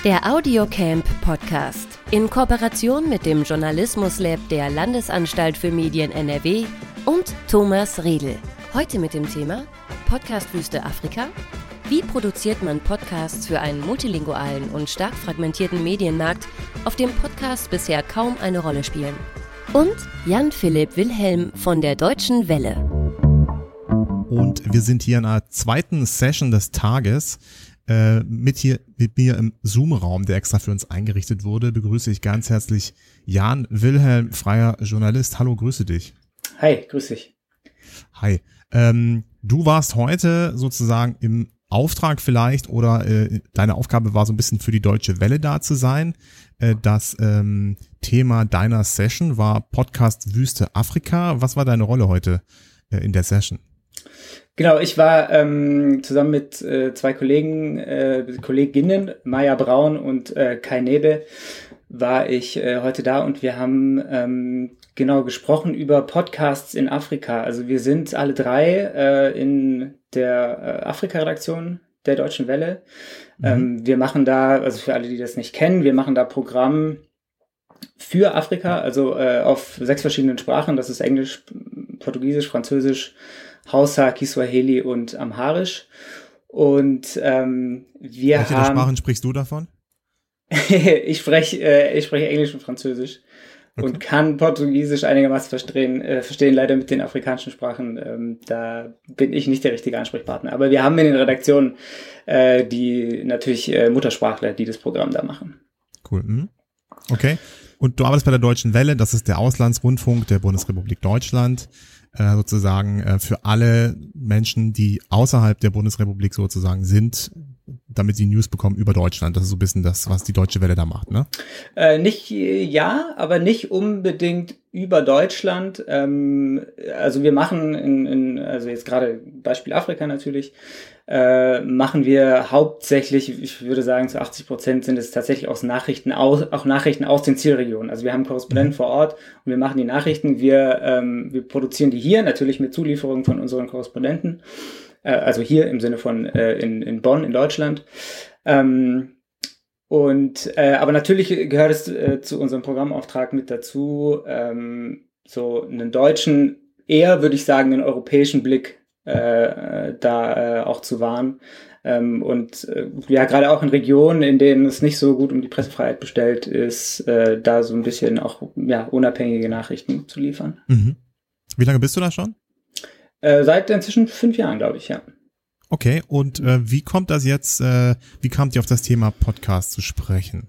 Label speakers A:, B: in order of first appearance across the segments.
A: Der Audiocamp Podcast in Kooperation mit dem Journalismus-Lab der Landesanstalt für Medien NRW und Thomas Riedl. Heute mit dem Thema Podcast-Wüste Afrika. Wie produziert man Podcasts für einen multilingualen und stark fragmentierten Medienmarkt, auf dem Podcasts bisher kaum eine Rolle spielen? Und Jan-Philipp Wilhelm von der Deutschen Welle.
B: Und wir sind hier in einer zweiten Session des Tages. Mit mir im Zoom-Raum, der extra für uns eingerichtet wurde, begrüße ich ganz herzlich Jan Wilhelm, freier Journalist. Hallo, grüße dich.
C: Hi, grüß dich.
B: Hi. Du warst heute sozusagen im Auftrag vielleicht oder deine Aufgabe war so ein bisschen für die Deutsche Welle da zu sein. Das Thema deiner Session war Podcast Wüste Afrika. Was war deine Rolle heute in der Session?
C: Genau, ich war zusammen mit zwei Kolleginnen, Maja Braun und Kai Nebe, war ich heute da und wir haben gesprochen über Podcasts in Afrika. Also wir sind alle drei in der Afrika-Redaktion der Deutschen Welle. Wir machen da, also für alle, die das nicht kennen, wir machen da Programm für Afrika, also auf 6 verschiedenen Sprachen. Das ist Englisch, Portugiesisch, Französisch, Hausa, Kiswahili und Amharisch. Und
B: Welche der Sprachen sprichst du davon?
C: Ich spreche Englisch und Französisch und kann Portugiesisch einigermaßen verstehen, leider mit den afrikanischen Sprachen. Da bin ich nicht der richtige Ansprechpartner. Aber wir haben in den Redaktionen die natürlich Muttersprachler, die das Programm da machen.
B: Cool. Okay. Und du arbeitest bei der Deutschen Welle, das ist der Auslandsrundfunk der Bundesrepublik Deutschland. Sozusagen für alle Menschen, die außerhalb der Bundesrepublik sozusagen sind, damit sie News bekommen über Deutschland. Das ist so ein bisschen das, was die Deutsche Welle da macht, ne?
C: Aber nicht unbedingt über Deutschland. Also wir machen also jetzt gerade Beispiel Afrika natürlich, machen wir hauptsächlich, ich würde sagen zu 80% sind es tatsächlich auch Nachrichten aus den Zielregionen. Also wir haben Korrespondenten vor Ort und wir machen die Nachrichten. Wir produzieren die hier, natürlich mit Zulieferung von unseren Korrespondenten. Also hier im Sinne von in Bonn in Deutschland. Aber natürlich gehört es zu unserem Programmauftrag mit dazu, so einen deutschen, eher würde ich sagen, einen europäischen Blick auch zu wahren. Gerade auch in Regionen, in denen es nicht so gut um die Pressefreiheit bestellt ist, da so ein bisschen auch unabhängige Nachrichten zu liefern.
B: Mhm. Wie lange bist du da schon?
C: Seit inzwischen 5 Jahren, glaube ich, ja.
B: Okay, und wie kommt das jetzt, wie kamt ihr auf das Thema Podcast zu sprechen?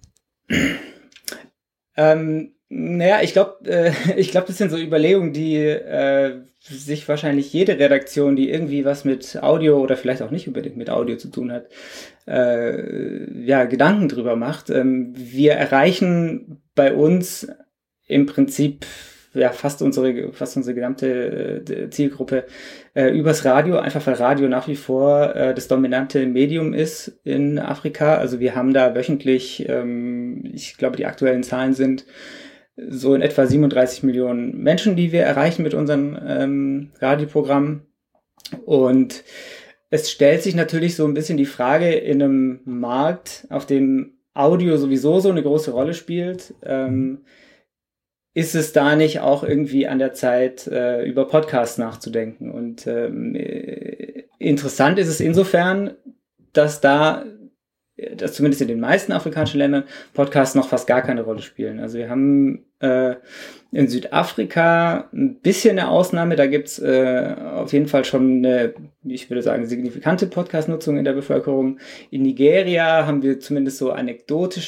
C: Ich glaube, das sind so Überlegungen, die sich wahrscheinlich jede Redaktion, die irgendwie was mit Audio oder vielleicht auch nicht unbedingt mit Audio zu tun hat, Gedanken drüber macht. Wir erreichen bei uns im Prinzip fast unsere gesamte Zielgruppe übers Radio, einfach weil Radio nach wie vor das dominante Medium ist in Afrika. Also wir haben da wöchentlich, ich glaube, die aktuellen Zahlen sind so in etwa 37 Millionen Menschen, die wir erreichen mit unseren Radioprogrammen. Und es stellt sich natürlich so ein bisschen die Frage in einem Markt, auf dem Audio sowieso so eine große Rolle spielt, ist es da nicht auch irgendwie an der Zeit, über Podcasts nachzudenken? Und interessant ist es insofern, dass zumindest in den meisten afrikanischen Ländern Podcasts noch fast gar keine Rolle spielen. Also wir haben in Südafrika ein bisschen eine Ausnahme. Da gibt's auf jeden Fall schon eine, ich würde sagen, signifikante Podcast-Nutzung in der Bevölkerung. In Nigeria haben wir zumindest so anekdotisch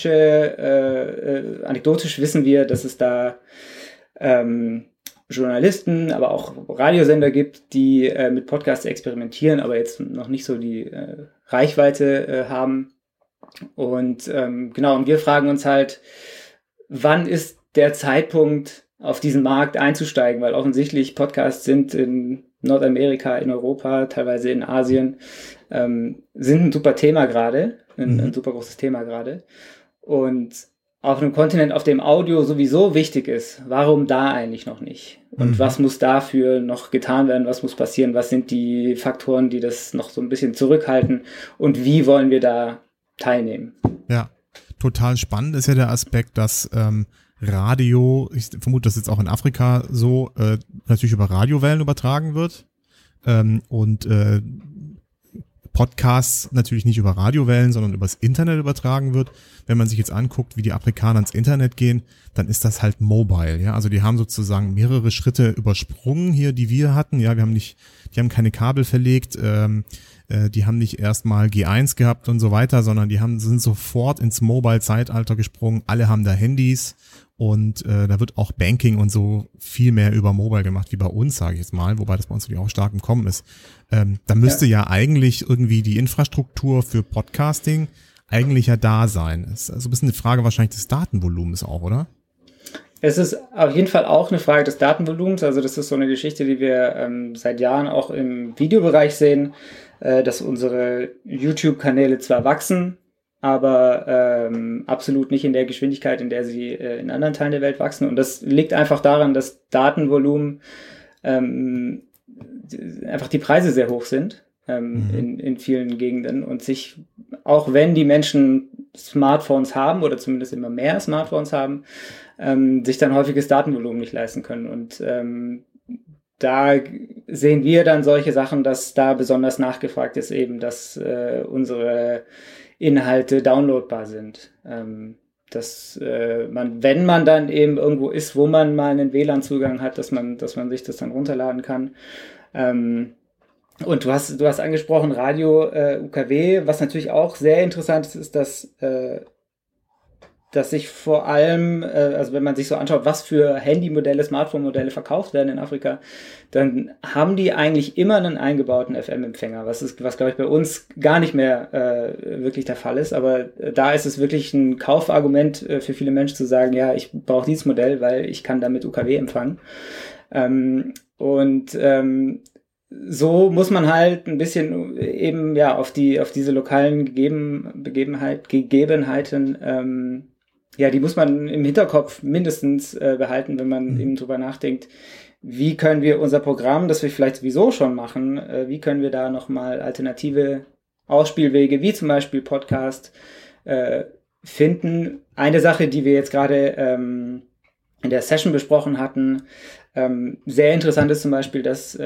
C: wissen wir, dass es da Journalisten, aber auch Radiosender gibt, die mit Podcasts experimentieren, aber jetzt noch nicht so die Reichweite haben. Und und wir fragen uns halt, wann ist der Zeitpunkt, auf diesen Markt einzusteigen, weil offensichtlich Podcasts sind in Nordamerika, in Europa, teilweise in Asien, sind ein super Thema gerade, ein super großes Thema gerade. Und auf einem Kontinent, auf dem Audio sowieso wichtig ist, warum da eigentlich noch nicht? Und was muss dafür noch getan werden? Was muss passieren? Was sind die Faktoren, die das noch so ein bisschen zurückhalten? Und wie wollen wir da teilnehmen?
B: Ja. total spannend ist ja der Aspekt, dass Radio, ich vermute, dass jetzt auch in Afrika so natürlich über Radiowellen übertragen wird und Podcasts natürlich nicht über Radiowellen, sondern übers Internet übertragen wird. Wenn man sich jetzt anguckt, wie die Afrikaner ins Internet gehen, dann ist das halt mobile, ja. Also die haben sozusagen mehrere Schritte übersprungen hier, die wir hatten. Ja, die haben keine Kabel verlegt, die haben nicht erstmal G1 gehabt und so weiter, sondern sind sofort ins Mobile-Zeitalter gesprungen. Alle haben da Handys und da wird auch Banking und so viel mehr über Mobile gemacht wie bei uns, sage ich jetzt mal, wobei das bei uns natürlich auch stark im Kommen ist. Da müsste ja eigentlich irgendwie die Infrastruktur für Podcasting eigentlich ja da sein. Das ist also ein bisschen eine Frage wahrscheinlich des Datenvolumens auch, oder?
C: Es ist auf jeden Fall auch eine Frage des Datenvolumens. Also das ist so eine Geschichte, die wir seit Jahren auch im Videobereich sehen, dass unsere YouTube-Kanäle zwar wachsen, aber absolut nicht in der Geschwindigkeit, in der sie in anderen Teilen der Welt wachsen. Und das liegt einfach daran, dass Datenvolumen einfach die Preise sehr hoch sind in vielen Gegenden und sich, auch wenn die Menschen Smartphones haben oder zumindest immer mehr Smartphones haben, sich dann häufiges Datenvolumen nicht leisten können. Und da sehen wir dann solche Sachen, dass da besonders nachgefragt ist eben, dass unsere Inhalte downloadbar sind. Dass wenn man dann eben irgendwo ist, wo man mal einen WLAN-Zugang hat, dass man sich das dann runterladen kann. Und du hast angesprochen Radio UKW, was natürlich auch sehr interessant ist, dass sich vor allem, also wenn man sich so anschaut, was für Handymodelle, Smartphone-Modelle verkauft werden in Afrika, dann haben die eigentlich immer einen eingebauten FM-Empfänger, was glaube ich bei uns gar nicht mehr wirklich der Fall ist, aber da ist es wirklich ein Kaufargument für viele Menschen zu sagen, ja, ich brauche dieses Modell, weil ich kann damit UKW empfangen. So muss man halt ein bisschen eben ja auf diese lokalen Gegebenheiten die muss man im Hinterkopf mindestens behalten, wenn man eben drüber nachdenkt, wie können wir unser Programm, das wir vielleicht sowieso schon machen, wie können wir da nochmal alternative Ausspielwege, wie zum Beispiel Podcast, finden. Eine Sache, die wir jetzt gerade in der Session besprochen hatten, sehr interessant ist zum Beispiel, dass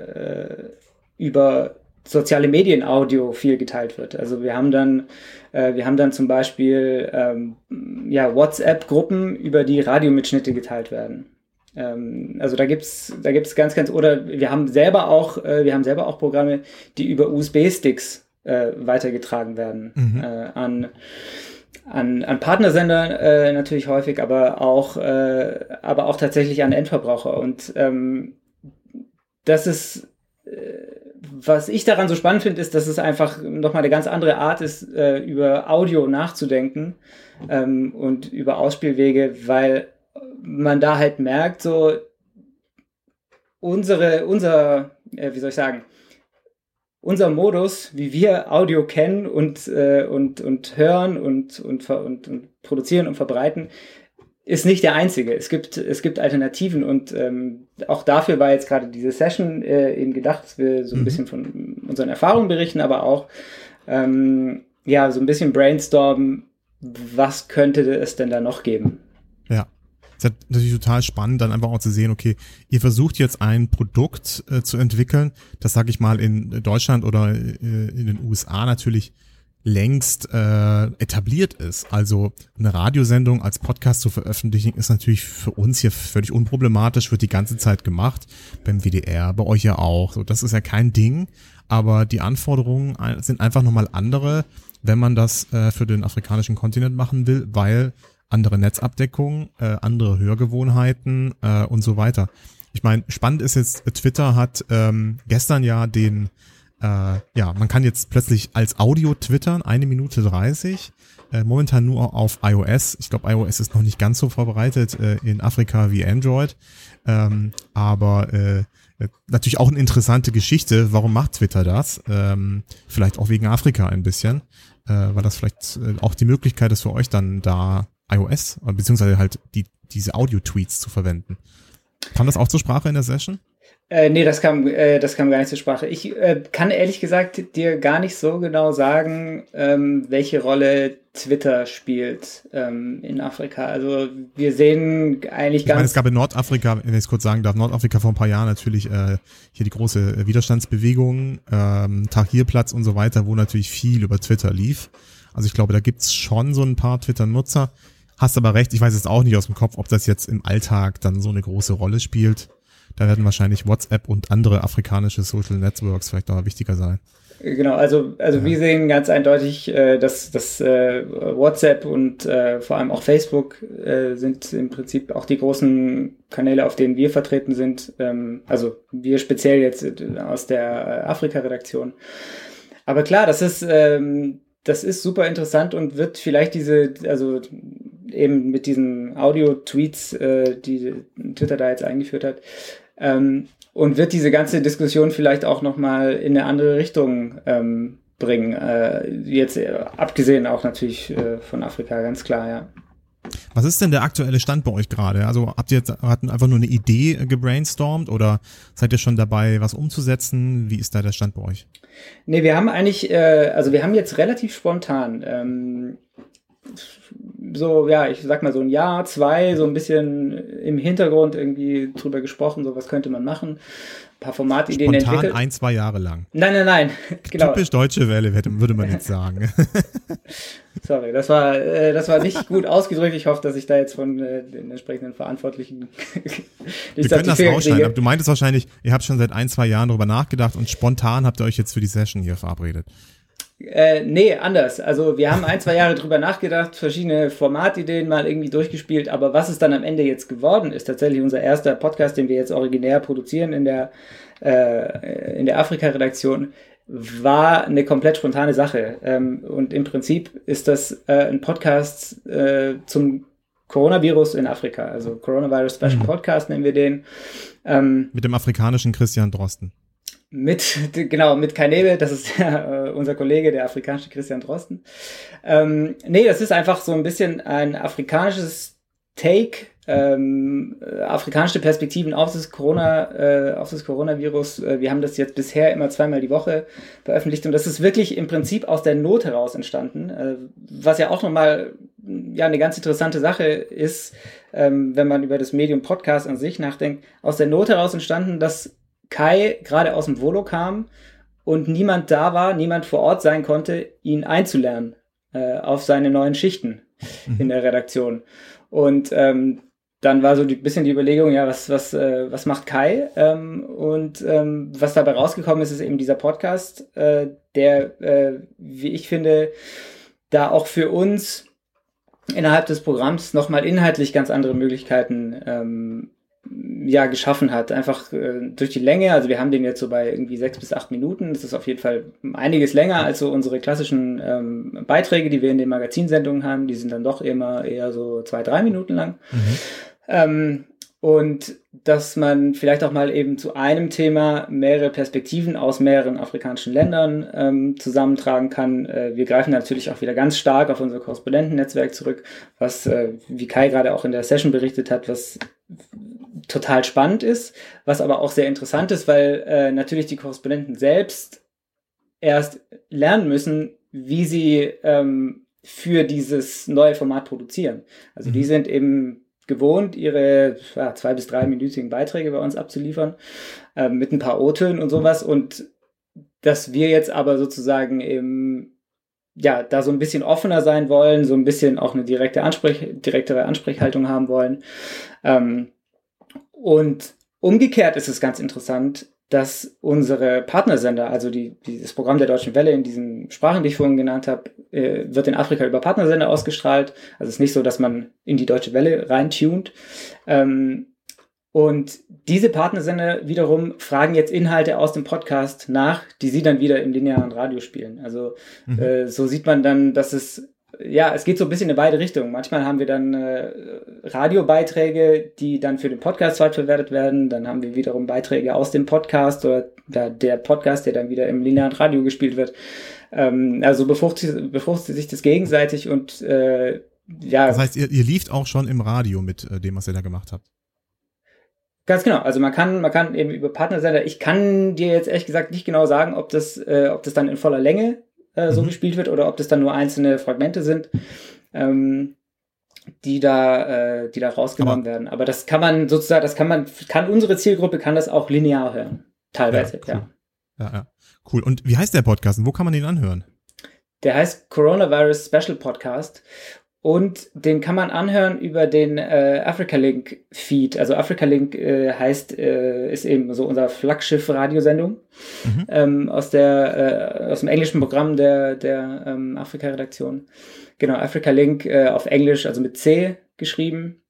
C: über soziale Medien Audio viel geteilt wird. Also wir haben dann zum Beispiel WhatsApp-Gruppen, über die Radiomitschnitte geteilt werden. Also da gibt's oder wir haben selber auch Programme, die über USB-Sticks weitergetragen werden an Partnersender natürlich häufig, aber auch tatsächlich an Endverbraucher. Und das ist was ich daran so spannend finde, ist, dass es einfach nochmal eine ganz andere Art ist, über Audio nachzudenken und über Ausspielwege, weil man da halt merkt, so unser Modus, wie wir Audio kennen und hören und produzieren und verbreiten, ist nicht der einzige. Es gibt Alternativen und auch dafür war jetzt gerade diese Session eben gedacht, dass wir so ein bisschen von unseren Erfahrungen berichten, aber auch so ein bisschen brainstormen, was könnte es denn da noch geben?
B: Ja, es ist natürlich total spannend, dann einfach auch zu sehen, okay, ihr versucht jetzt ein Produkt zu entwickeln, das, sage ich mal, in Deutschland oder in den USA natürlich längst etabliert ist. Also eine Radiosendung als Podcast zu veröffentlichen, ist natürlich für uns hier völlig unproblematisch, wird die ganze Zeit gemacht, beim WDR, bei euch ja auch. So, das ist ja kein Ding, aber die Anforderungen sind einfach nochmal andere, wenn man das für den afrikanischen Kontinent machen will, weil andere Netzabdeckung, andere Hörgewohnheiten und so weiter. Ich meine, spannend ist jetzt, Twitter hat gestern ja man kann jetzt plötzlich als Audio twittern, 1 Minute 30, momentan nur auf iOS. Ich glaube, iOS ist noch nicht ganz so verbreitet in Afrika wie Android, aber natürlich auch eine interessante Geschichte. Warum macht Twitter das? Vielleicht auch wegen Afrika ein bisschen, weil das vielleicht auch die Möglichkeit ist für euch dann da iOS, beziehungsweise halt diese Audio-Tweets zu verwenden. Kam das auch zur Sprache in der Session?
C: Nee, das kam gar nicht zur Sprache. Ich kann ehrlich gesagt dir gar nicht so genau sagen, welche Rolle Twitter spielt in Afrika. Also wir sehen eigentlich
B: Ich meine, es gab in Nordafrika, wenn ich es kurz sagen darf, Nordafrika vor ein paar Jahren natürlich hier die große Widerstandsbewegung, Tahrirplatz und so weiter, wo natürlich viel über Twitter lief. Also ich glaube, da gibt's schon so ein paar Twitter-Nutzer. Hast aber recht, ich weiß jetzt auch nicht aus dem Kopf, ob das jetzt im Alltag dann so eine große Rolle spielt. Da werden wahrscheinlich WhatsApp und andere afrikanische Social Networks vielleicht noch wichtiger sein.
C: Genau, also wir sehen ganz eindeutig, dass WhatsApp und vor allem auch Facebook sind im Prinzip auch die großen Kanäle, auf denen wir vertreten sind. Also wir speziell jetzt aus der Afrika-Redaktion. Aber klar, das ist super interessant und wird vielleicht eben mit diesen Audio-Tweets, die Twitter da jetzt eingeführt hat, und wird diese ganze Diskussion vielleicht auch nochmal in eine andere Richtung bringen. Jetzt abgesehen auch natürlich von Afrika, ganz klar, ja.
B: Was ist denn der aktuelle Stand bei euch gerade? Also habt ihr jetzt einfach nur eine Idee gebrainstormt oder seid ihr schon dabei, was umzusetzen? Wie ist da der Stand bei euch?
C: Nee, wir haben eigentlich, wir haben jetzt relativ spontan ich sag mal so ein Jahr, 2, so ein bisschen im Hintergrund irgendwie drüber gesprochen, so was könnte man machen, ein paar Formatideen entwickelt.
B: 1-2 Jahre lang.
C: Nein, genau.
B: Typisch Deutsche Welle, würde man jetzt sagen.
C: Sorry, das war nicht gut ausgedrückt. Ich hoffe, dass ich da jetzt von den entsprechenden Verantwortlichen
B: Wir können das rausschneiden, aber du meintest wahrscheinlich, ihr habt schon seit 1-2 Jahren drüber nachgedacht und spontan habt ihr euch jetzt für die Session hier verabredet.
C: Nee, anders. Also wir haben 1-2 Jahre drüber nachgedacht, verschiedene Formatideen mal irgendwie durchgespielt, aber was es dann am Ende jetzt geworden ist, tatsächlich unser erster Podcast, den wir jetzt originär produzieren in der Afrika-Redaktion, war eine komplett spontane Sache. Und im Prinzip ist das ein Podcast zum Coronavirus in Afrika, also Coronavirus Special Podcast nennen wir den.
B: Mit dem afrikanischen Christian Drosten.
C: Mit Kai Nebel, das ist unser Kollege, der afrikanische Christian Drosten. Das ist einfach so ein bisschen ein afrikanisches Take, afrikanische Perspektiven auf das Coronavirus. Wir haben das jetzt bisher immer 2-mal die Woche veröffentlicht und das ist wirklich im Prinzip aus der Not heraus entstanden, was ja auch nochmal eine ganz interessante Sache ist, wenn man über das Medium Podcast an sich nachdenkt, aus der Not heraus entstanden, dass Kai gerade aus dem Volo kam und niemand da war, niemand vor Ort sein konnte, ihn einzulernen auf seine neuen Schichten in der Redaktion. Und dann war so ein bisschen die Überlegung, ja, was macht Kai? Was dabei rausgekommen ist, ist eben dieser Podcast, der, wie ich finde, da auch für uns innerhalb des Programms nochmal inhaltlich ganz andere Möglichkeiten geschaffen hat. Einfach durch die Länge, also wir haben den jetzt so bei irgendwie 6 bis 8 Minuten. Das ist auf jeden Fall einiges länger als so unsere klassischen Beiträge, die wir in den Magazinsendungen haben. Die sind dann doch immer eher so 2-3 Minuten lang. Und dass man vielleicht auch mal eben zu einem Thema mehrere Perspektiven aus mehreren afrikanischen Ländern zusammentragen kann. Wir greifen natürlich auch wieder ganz stark auf unser Korrespondentennetzwerk zurück, was, wie Kai gerade auch in der Session berichtet hat, was total spannend ist, was aber auch sehr interessant ist, weil natürlich die Korrespondenten selbst erst lernen müssen, wie sie für dieses neue Format produzieren. Also die sind eben gewohnt, ihre 2- bis 3-minütigen Beiträge bei uns abzuliefern, mit ein paar O-Tönen und sowas. Und dass wir jetzt aber sozusagen eben da so ein bisschen offener sein wollen, so ein bisschen auch eine direktere Ansprechhaltung haben wollen. Und umgekehrt ist es ganz interessant, dass unsere Partnersender, also dieses Programm der Deutschen Welle in diesen Sprachen, die ich vorhin genannt habe, wird in Afrika über Partnersender ausgestrahlt. Also es ist nicht so, dass man in die Deutsche Welle reintunt. Und diese Partnersender wiederum fragen jetzt Inhalte aus dem Podcast nach, die sie dann wieder im linearen Radio spielen. Also so sieht man dann, dass es geht so ein bisschen in beide Richtungen. Manchmal haben wir dann Radiobeiträge, die dann für den Podcast zweitverwertet werden. Dann haben wir wiederum Beiträge aus dem Podcast oder der Podcast, der dann wieder im linearen Radio gespielt wird. Also befruchtet sich das gegenseitig und
B: Das heißt, ihr lieft auch schon im Radio mit dem, was ihr da gemacht habt?
C: Ganz genau. Also man kann eben über Partnersender, ich kann dir jetzt ehrlich gesagt nicht genau sagen, ob das dann in voller Länge so gespielt wird oder ob das dann nur einzelne Fragmente sind, die da rausgenommen werden. Aber das kann man sozusagen, kann unsere Zielgruppe kann das auch linear hören. Teilweise,
B: ja. Cool. Ja. Cool. Und wie heißt der Podcast und wo kann man den anhören? Der
C: heißt Coronavirus Special Podcast. Und den kann man anhören über den Africa Link Feed. Also Africa Link ist eben so unser Flaggschiff-Radiosendung aus dem englischen Programm der Afrika-Redaktion. Genau, Africa Link auf Englisch, also mit C geschrieben.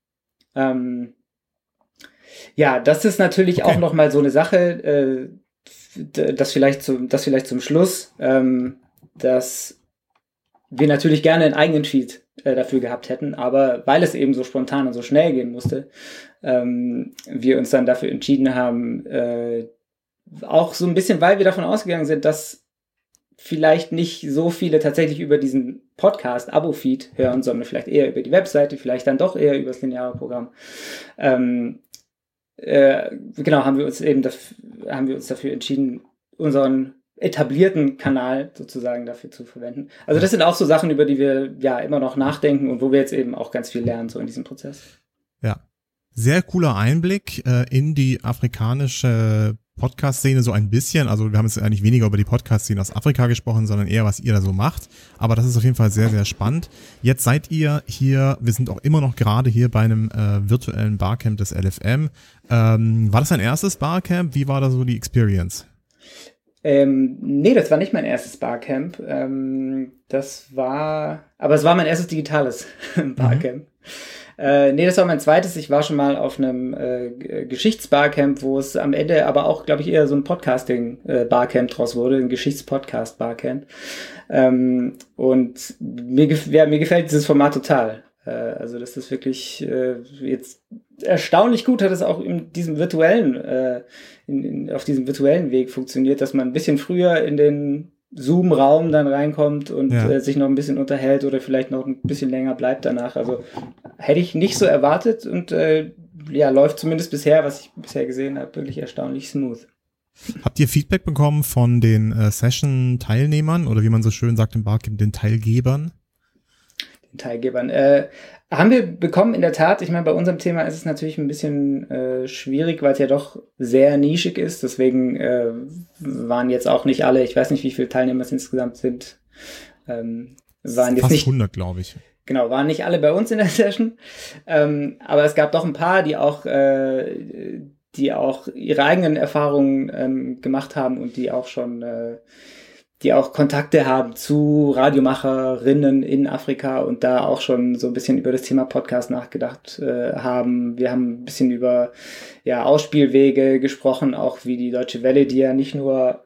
C: Das ist natürlich auch nochmal so eine Sache, das vielleicht zum Schluss, dass wir natürlich gerne einen eigenen Feed dafür gehabt hätten, aber weil es eben so spontan und so schnell gehen musste, wir uns dann dafür entschieden haben, auch so ein bisschen, weil wir davon ausgegangen sind, dass vielleicht nicht so viele tatsächlich über diesen Podcast-Abo-Feed hören, sondern vielleicht eher über die Webseite, vielleicht dann doch eher über das lineare Programm. Haben wir uns dafür entschieden, unseren etablierten Kanal sozusagen dafür zu verwenden. Also das sind auch so Sachen, über die wir ja immer noch nachdenken und wo wir jetzt eben auch ganz viel lernen so in diesem Prozess.
B: Ja, sehr cooler Einblick in die afrikanische Podcast-Szene so ein bisschen. Also wir haben jetzt eigentlich weniger über die Podcast-Szene aus Afrika gesprochen, sondern eher, was ihr da so macht. Aber das ist auf jeden Fall sehr, sehr spannend. Jetzt seid ihr hier, wir sind auch immer noch gerade hier bei einem virtuellen Barcamp des LFM. War das dein erstes Barcamp? Wie war da so die Experience?
C: Nee, das war nicht mein erstes Barcamp. Es war mein erstes digitales Barcamp. Das war mein zweites. Ich war schon mal auf einem Geschichtsbarcamp, wo es am Ende aber auch, glaube ich, eher so ein Podcasting-Barcamp draus wurde, ein Geschichtspodcast-Barcamp. Und mir gefällt dieses Format total. Also das ist wirklich jetzt erstaunlich gut, hat es auch in diesem virtuellen, auf diesem virtuellen Weg funktioniert, dass man ein bisschen früher in den Zoom-Raum dann reinkommt und sich noch ein bisschen unterhält oder vielleicht noch ein bisschen länger bleibt danach. Also hätte ich nicht so erwartet und läuft zumindest bisher, was ich bisher gesehen habe, wirklich erstaunlich smooth.
B: Habt ihr Feedback bekommen von den Session-Teilnehmern oder wie man so schön sagt im Barcamp, den Teilgebern?
C: Haben wir bekommen, in der Tat. Ich meine, bei unserem Thema ist es natürlich ein bisschen schwierig, weil es ja doch sehr nischig ist. Deswegen waren jetzt auch nicht alle, ich weiß nicht, wie viele Teilnehmer es insgesamt sind. Waren jetzt
B: fast
C: nicht
B: 100, glaube ich.
C: Genau, waren nicht alle bei uns in der Session. Aber es gab doch ein paar, die auch ihre eigenen Erfahrungen gemacht haben und die auch schon die auch Kontakte haben zu Radiomacherinnen in Afrika und da auch schon so ein bisschen über das Thema Podcast nachgedacht haben. Wir haben ein bisschen über Ausspielwege gesprochen, auch wie die Deutsche Welle, die ja nicht nur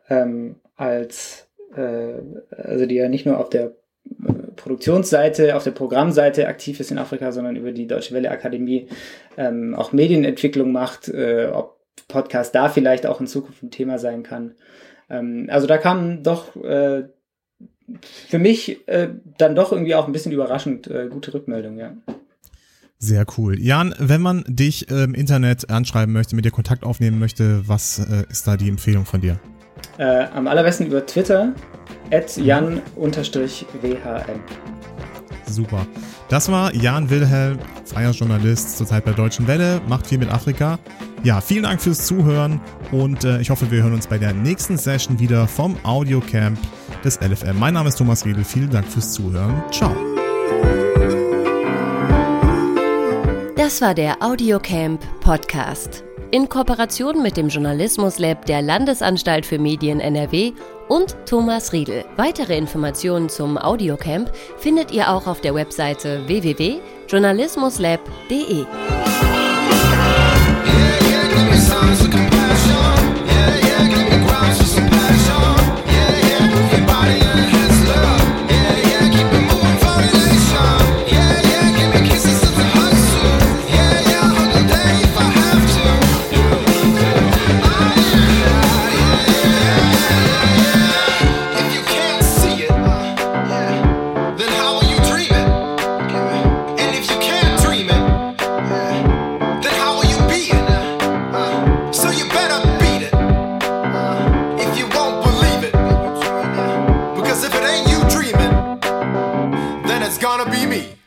C: die ja nicht nur auf der Produktionsseite, auf der Programmseite aktiv ist in Afrika, sondern über die Deutsche Welle Akademie auch Medienentwicklung macht, ob Podcast da vielleicht auch in Zukunft ein Thema sein kann. Also da kam doch für mich dann doch irgendwie auch ein bisschen überraschend gute Rückmeldung, ja.
B: Sehr cool. Jan, wenn man dich im Internet anschreiben möchte, mit dir Kontakt aufnehmen möchte, was ist da die Empfehlung von dir?
C: Am allerbesten über Twitter @jan_whm.
B: Super. Das war Jan Wilhelm, freier Journalist, zurzeit bei Deutschen Welle, macht viel mit Afrika. Ja, vielen Dank fürs Zuhören und ich hoffe, wir hören uns bei der nächsten Session wieder vom Audiocamp des LFM. Mein Name ist Thomas Riedel, vielen Dank fürs Zuhören. Ciao.
A: Das war der Audiocamp Podcast. In Kooperation mit dem Journalismuslab der Landesanstalt für Medien NRW und Thomas Riedel. Weitere Informationen zum Audiocamp findet ihr auch auf der Webseite www.journalismuslab.de.
D: And if you can't dream it, then how will you be it? be me.